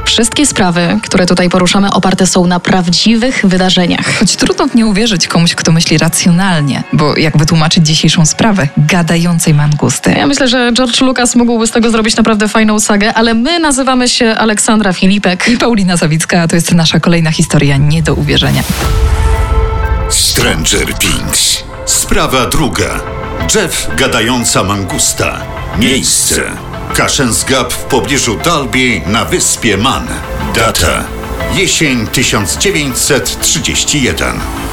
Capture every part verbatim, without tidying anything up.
Wszystkie sprawy, które tutaj poruszamy, oparte są na prawdziwych wydarzeniach. Choć trudno w nie uwierzyć komuś, kto myśli racjonalnie, bo jak wytłumaczyć dzisiejszą sprawę gadającej mangusty? Ja myślę, że George Lucas mógłby z tego zrobić naprawdę fajną sagę, ale my nazywamy się Aleksandra Filipek i Paulina Zawicka, a to jest nasza kolejna historia nie do uwierzenia. Stranger Things. Sprawa druga. Jeff gadająca mangusta. Miejsce. Cashens Gap w pobliżu Dalby na wyspie Man. Data. Jesień tysiąc dziewięćset trzydziesty jeden.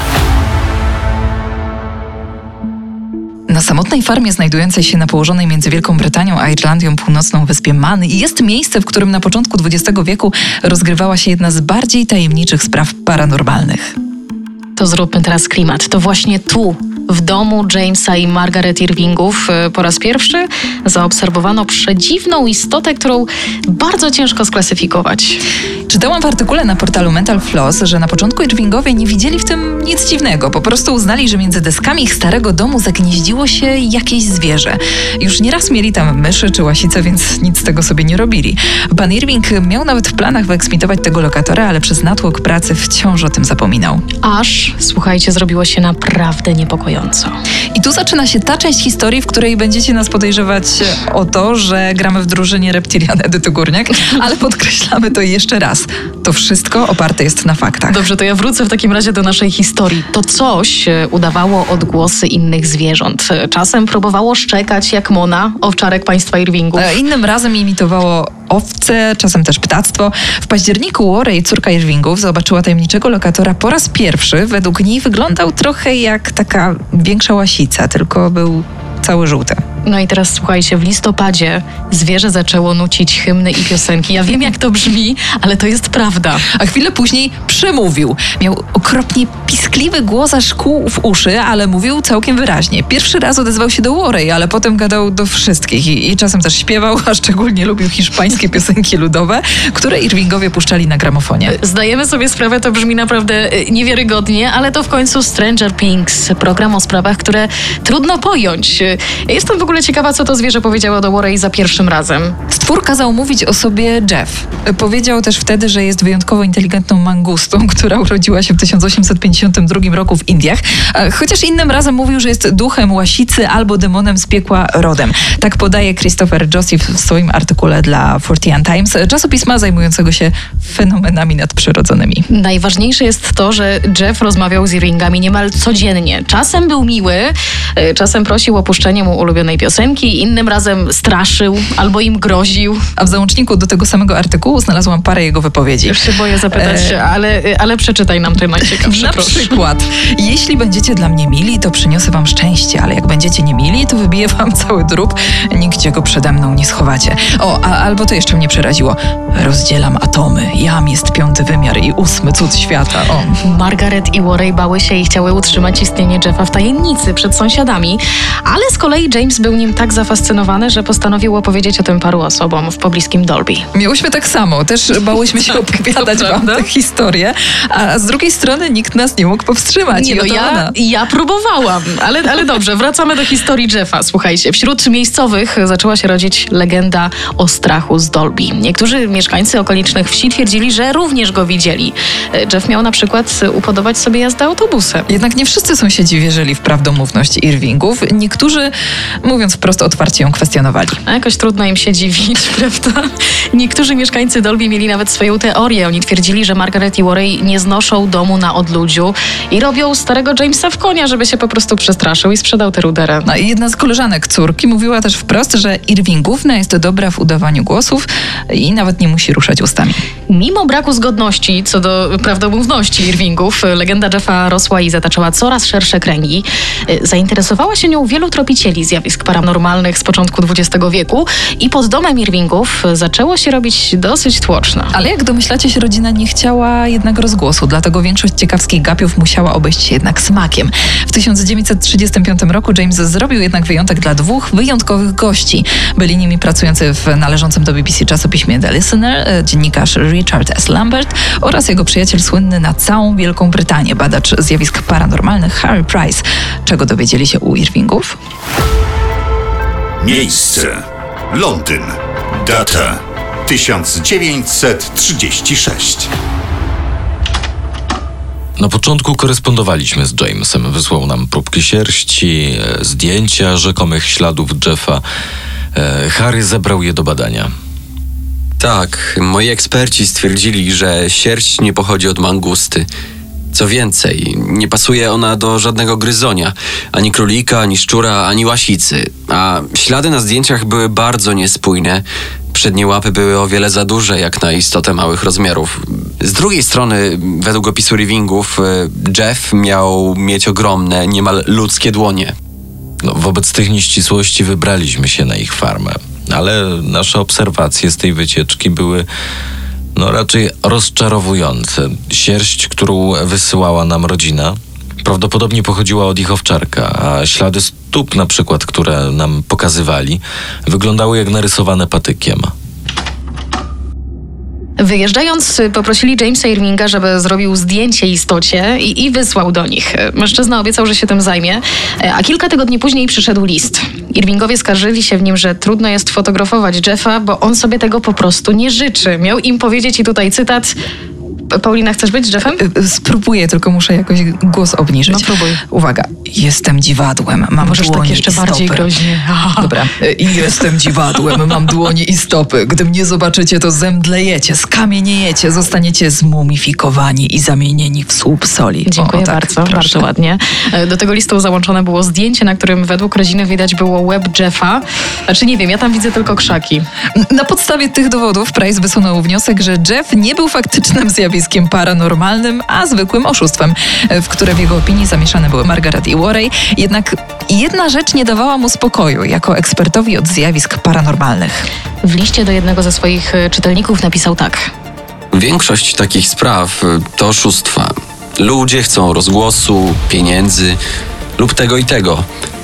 Na samotnej farmie znajdującej się na położonej między Wielką Brytanią a Irlandią Północną wyspie Man jest miejsce, w którym na początku dwudziestego wieku rozgrywała się jedna z bardziej tajemniczych spraw paranormalnych. To zróbmy teraz klimat. To właśnie tu, w domu Jamesa i Margaret Irvingów po raz pierwszy zaobserwowano przedziwną istotę, którą bardzo ciężko sklasyfikować. Czytałam w artykule na portalu Mental Floss, że na początku Irvingowie nie widzieli w tym nic dziwnego. Po prostu uznali, że między deskami ich starego domu zagnieździło się jakieś zwierzę. Już nieraz mieli tam myszy czy łasice, więc nic z tego sobie nie robili. Pan Irving miał nawet w planach wyeksmitować tego lokatora, ale przez natłok pracy wciąż o tym zapominał. Aż, słuchajcie, zrobiło się naprawdę niepokojąco. I tu zaczyna się ta część historii, w której będziecie nas podejrzewać o to, że gramy w drużynie reptilian Edyty Górniak, ale podkreślamy to jeszcze raz. To wszystko oparte jest na faktach. Dobrze, to ja wrócę w takim razie do naszej historii. To coś udawało odgłosy innych zwierząt. Czasem próbowało szczekać jak Mona, owczarek państwa Irvingów. Innym razem imitowało owce, czasem też ptactwo. W październiku Warren, córka Irvingów, zobaczyła tajemniczego lokatora po raz pierwszy. Według niej wyglądał trochę jak taka większa łasica, tylko był cały żółty. No i teraz słuchajcie, w listopadzie zwierzę zaczęło nucić hymny i piosenki. Ja wiem, jak to brzmi, ale to jest prawda. A chwilę później przemówił. Miał okropnie piskliwy głos, aż kłuł w uszy, ale mówił całkiem wyraźnie. Pierwszy raz odezwał się do Warren, ale potem gadał do wszystkich i, i czasem też śpiewał, a szczególnie lubił hiszpańskie piosenki ludowe, które Irvingowie puszczali na gramofonie. Zdajemy sobie sprawę, to brzmi naprawdę niewiarygodnie, ale to w końcu Stranger Things, program o sprawach, które trudno pojąć. Jestem w ogóle ciekawa, co to zwierzę powiedziało do Warren za pierwszym razem. Stwór kazał mówić o sobie Jeff. Powiedział też wtedy, że jest wyjątkowo inteligentną mangustą, która urodziła się w tysiąc osiemset pięćdziesiątym drugim roku w Indiach. Chociaż innym razem mówił, że jest duchem łasicy albo demonem z piekła rodem. Tak podaje Christopher Joseph w swoim artykule dla Fortean Times, czasopisma zajmującego się fenomenami nadprzyrodzonymi. Najważniejsze jest to, że Jeff rozmawiał z Irvingami niemal codziennie. Czasem był miły, czasem prosił o puszczenie mu ulubionej piosenki, innym razem straszył albo im groził. A w załączniku do tego samego artykułu znalazłam parę jego wypowiedzi. Już się boję zapytać, e... ale, ale przeczytaj nam te najciekawsze. Na przykład, jeśli będziecie dla mnie mili, to przyniosę wam szczęście, ale jak będziecie nie mili, to wybiję wam cały drób, nigdzie go przede mną nie schowacie. O, a, albo to jeszcze mnie przeraziło. Rozdzielam atomy, jam jest piąty wymiar i ósmy cud świata. O. Margaret i Warren bały się i chciały utrzymać istnienie Jeffa w tajemnicy przed sąsiadami, ale z kolei James był nim tak zafascynowany, że postanowił opowiedzieć o tym paru osobom w pobliskim Dalby. Miałyśmy tak samo, też bałyśmy się opowiadać wam tę historię, a z drugiej strony nikt nas nie mógł powstrzymać. Nie, no ja, ja próbowałam, ale, ale dobrze, wracamy do historii Jeffa. Słuchajcie, wśród miejscowych zaczęła się rodzić legenda o strachu z Dalby. Niektórzy mieszkańcy okolicznych wsi twierdzili, że również go widzieli. Jeff miał na przykład upodobać sobie jazdę autobusem. Jednak nie wszyscy sąsiedzi wierzyli w prawdomówność Irvingów. Niektórzy, mówiąc wprost, otwarcie ją kwestionowali. A jakoś trudno im się dziwić, prawda? Niektórzy mieszkańcy Dalby mieli nawet swoją teorię. Oni twierdzili, że Margaret i Warren nie znoszą domu na odludziu i robią starego Jamesa w konia, żeby się po prostu przestraszył i sprzedał tę ruderę. No i jedna z koleżanek córki mówiła też wprost, że Irvingówna jest dobra w udawaniu głosów i nawet nie musi ruszać ustami. Mimo braku zgodności co do prawdomówności Irvingów, legenda Jeffa rosła i zataczała coraz szersze kręgi. Zainteresowała się nią wielu tropicieli zjawisk paranormalnych z początku dwudziestego wieku i pod domem Irvingów zaczęło się robić dosyć tłoczno. Ale jak domyślacie się, rodzina nie chciała jednak rozgłosu, dlatego większość ciekawskich gapiów musiała obejść się jednak smakiem. W tysiąc dziewięćset trzydziestym piątym roku James zrobił jednak wyjątek dla dwóch wyjątkowych gości. Byli nimi pracujący w należącym do B B C czasopiśmie The Listener dziennikarz Richard S. Lambert oraz jego przyjaciel słynny na całą Wielką Brytanię, badacz zjawisk paranormalnych Harry Price. Czego dowiedzieli się u Irvingów? Miejsce. Londyn. Data. tysiąc dziewięćset trzydziesty szósty. Na początku korespondowaliśmy z Jamesem. Wysłał nam próbki sierści, e, zdjęcia rzekomych śladów Jeffa. E, Harry zebrał je do badania. Tak, moi eksperci stwierdzili, że sierść nie pochodzi od mangusty. Co więcej, nie pasuje ona do żadnego gryzonia. Ani królika, ani szczura, ani łasicy. A ślady na zdjęciach były bardzo niespójne. Przednie łapy były o wiele za duże, jak na istotę małych rozmiarów. Z drugiej strony, według opisu Irvingów, Jeff miał mieć ogromne, niemal ludzkie dłonie. No, wobec tych nieścisłości wybraliśmy się na ich farmę. Ale nasze obserwacje z tej wycieczki były no raczej rozczarowujące. Sierść, którą wysyłała nam rodzina, prawdopodobnie pochodziła od ich owczarka, a ślady stóp na przykład, które nam pokazywali, wyglądały jak narysowane patykiem. Wyjeżdżając, poprosili Jamesa Irvinga, żeby zrobił zdjęcie istocie i, i wysłał do nich. Mężczyzna obiecał, że się tym zajmie, a kilka tygodni później przyszedł list. Irvingowie skarżyli się w nim, że trudno jest fotografować Jeffa, bo on sobie tego po prostu nie życzy. Miał im powiedzieć, i tutaj cytat: Paulina, chcesz być Jeffem? Spróbuję, tylko muszę jakoś głos obniżyć. No próbuj. Uwaga, jestem dziwadłem, mam Możesz dłonie tak jeszcze i stopy. bardziej groźnie. Dobra, i jestem dziwadłem, mam dłonie i stopy. Gdy mnie zobaczycie, to zemdlejecie, skamieniejecie, zostaniecie zmumifikowani i zamienieni w słup soli. Dziękuję o, tak, bardzo, proszę. bardzo ładnie. Do tego listu załączone było zdjęcie, na którym według rodziny widać było łeb Jeffa. Znaczy nie wiem, ja tam widzę tylko krzaki. Na podstawie tych dowodów Price wysunął wniosek, że Jeff nie był faktycznym zjawiskiem paranormalnym, a zwykłym oszustwem, w które w jego opinii zamieszane były Margaret i Warren. Jednak jedna rzecz nie dawała mu spokoju jako ekspertowi od zjawisk paranormalnych. W liście do jednego ze swoich czytelników napisał tak: Większość takich spraw to oszustwa. Ludzie chcą rozgłosu, pieniędzy lub tego i tego.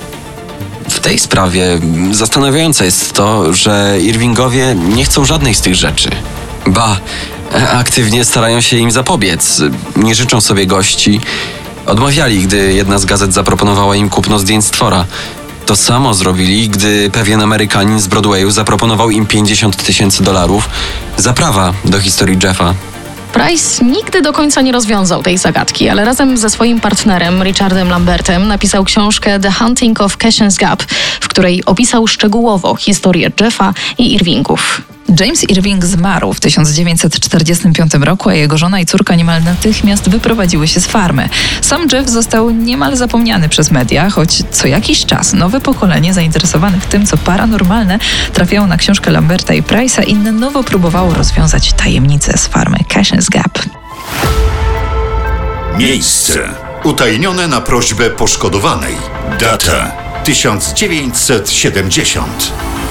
W tej sprawie zastanawiające jest to, że Irvingowie nie chcą żadnej z tych rzeczy. Ba, aktywnie starają się im zapobiec. Nie życzą sobie gości. Odmawiali, gdy jedna z gazet zaproponowała im kupno zdjęć stwora. To samo zrobili, gdy pewien Amerykanin z Broadwayu zaproponował im pięćdziesiąt tysięcy dolarów za prawa do historii Jeffa. Price nigdy do końca nie rozwiązał tej zagadki, ale razem ze swoim partnerem Richardem Lambertem napisał książkę The Hunting of Cashin's Gap, w której opisał szczegółowo historię Jeffa i Irvingów. James Irving zmarł w tysiąc dziewięćset czterdziestym piątym roku, a jego żona i córka niemal natychmiast wyprowadziły się z farmy. Sam Jeff został niemal zapomniany przez media, choć co jakiś czas nowe pokolenie zainteresowanych tym, co paranormalne, trafiało na książkę Lamberta i Price'a i na nowo próbowało rozwiązać tajemnicę z farmy Cashin's Gap. Miejsce utajnione na prośbę poszkodowanej. Data tysiąc dziewięćset siedemdziesiąty.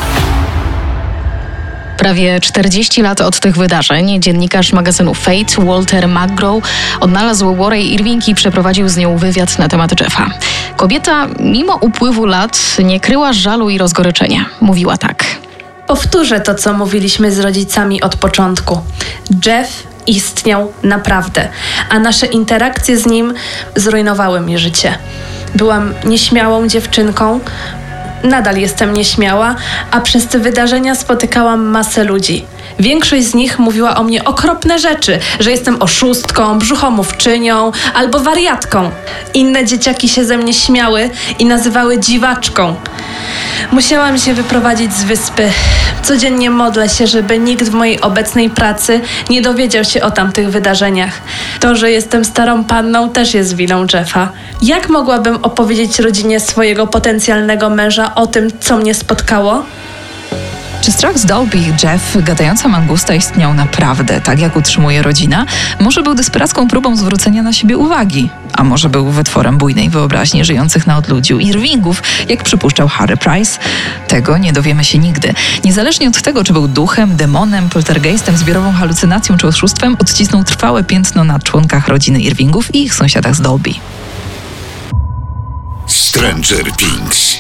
Prawie czterdzieści lat od tych wydarzeń dziennikarz magazynu Fate, Walter McGraw, odnalazł Warren Irving i przeprowadził z nią wywiad na temat Jeffa. Kobieta, mimo upływu lat, nie kryła żalu i rozgoryczenia. Mówiła tak: Powtórzę to, co mówiliśmy z rodzicami od początku. Jeff istniał naprawdę, a nasze interakcje z nim zrujnowały mi życie. Byłam nieśmiałą dziewczynką, nadal jestem nieśmiała, a przez te wydarzenia spotykałam masę ludzi. Większość z nich mówiła o mnie okropne rzeczy, że jestem oszustką, brzuchomówczynią albo wariatką. Inne dzieciaki się ze mnie śmiały i nazywały dziwaczką. Musiałam się wyprowadzić z wyspy. Codziennie modlę się, żeby nikt w mojej obecnej pracy nie dowiedział się o tamtych wydarzeniach. To, że jestem starą panną, też jest winą Jeffa. Jak mogłabym opowiedzieć rodzinie swojego potencjalnego męża o tym, co mnie spotkało? Czy strach z Dolby, Jeff, gadająca mangusta, istniał naprawdę, tak jak utrzymuje rodzina? Może był desperacką próbą zwrócenia na siebie uwagi? A może był wytworem bujnej wyobraźni żyjących na odludziu Irvingów, jak przypuszczał Harry Price? Tego nie dowiemy się nigdy. Niezależnie od tego, czy był duchem, demonem, poltergeistem, zbiorową halucynacją czy oszustwem, odcisnął trwałe piętno na członkach rodziny Irvingów i ich sąsiadach z Dolby. Stranger Things.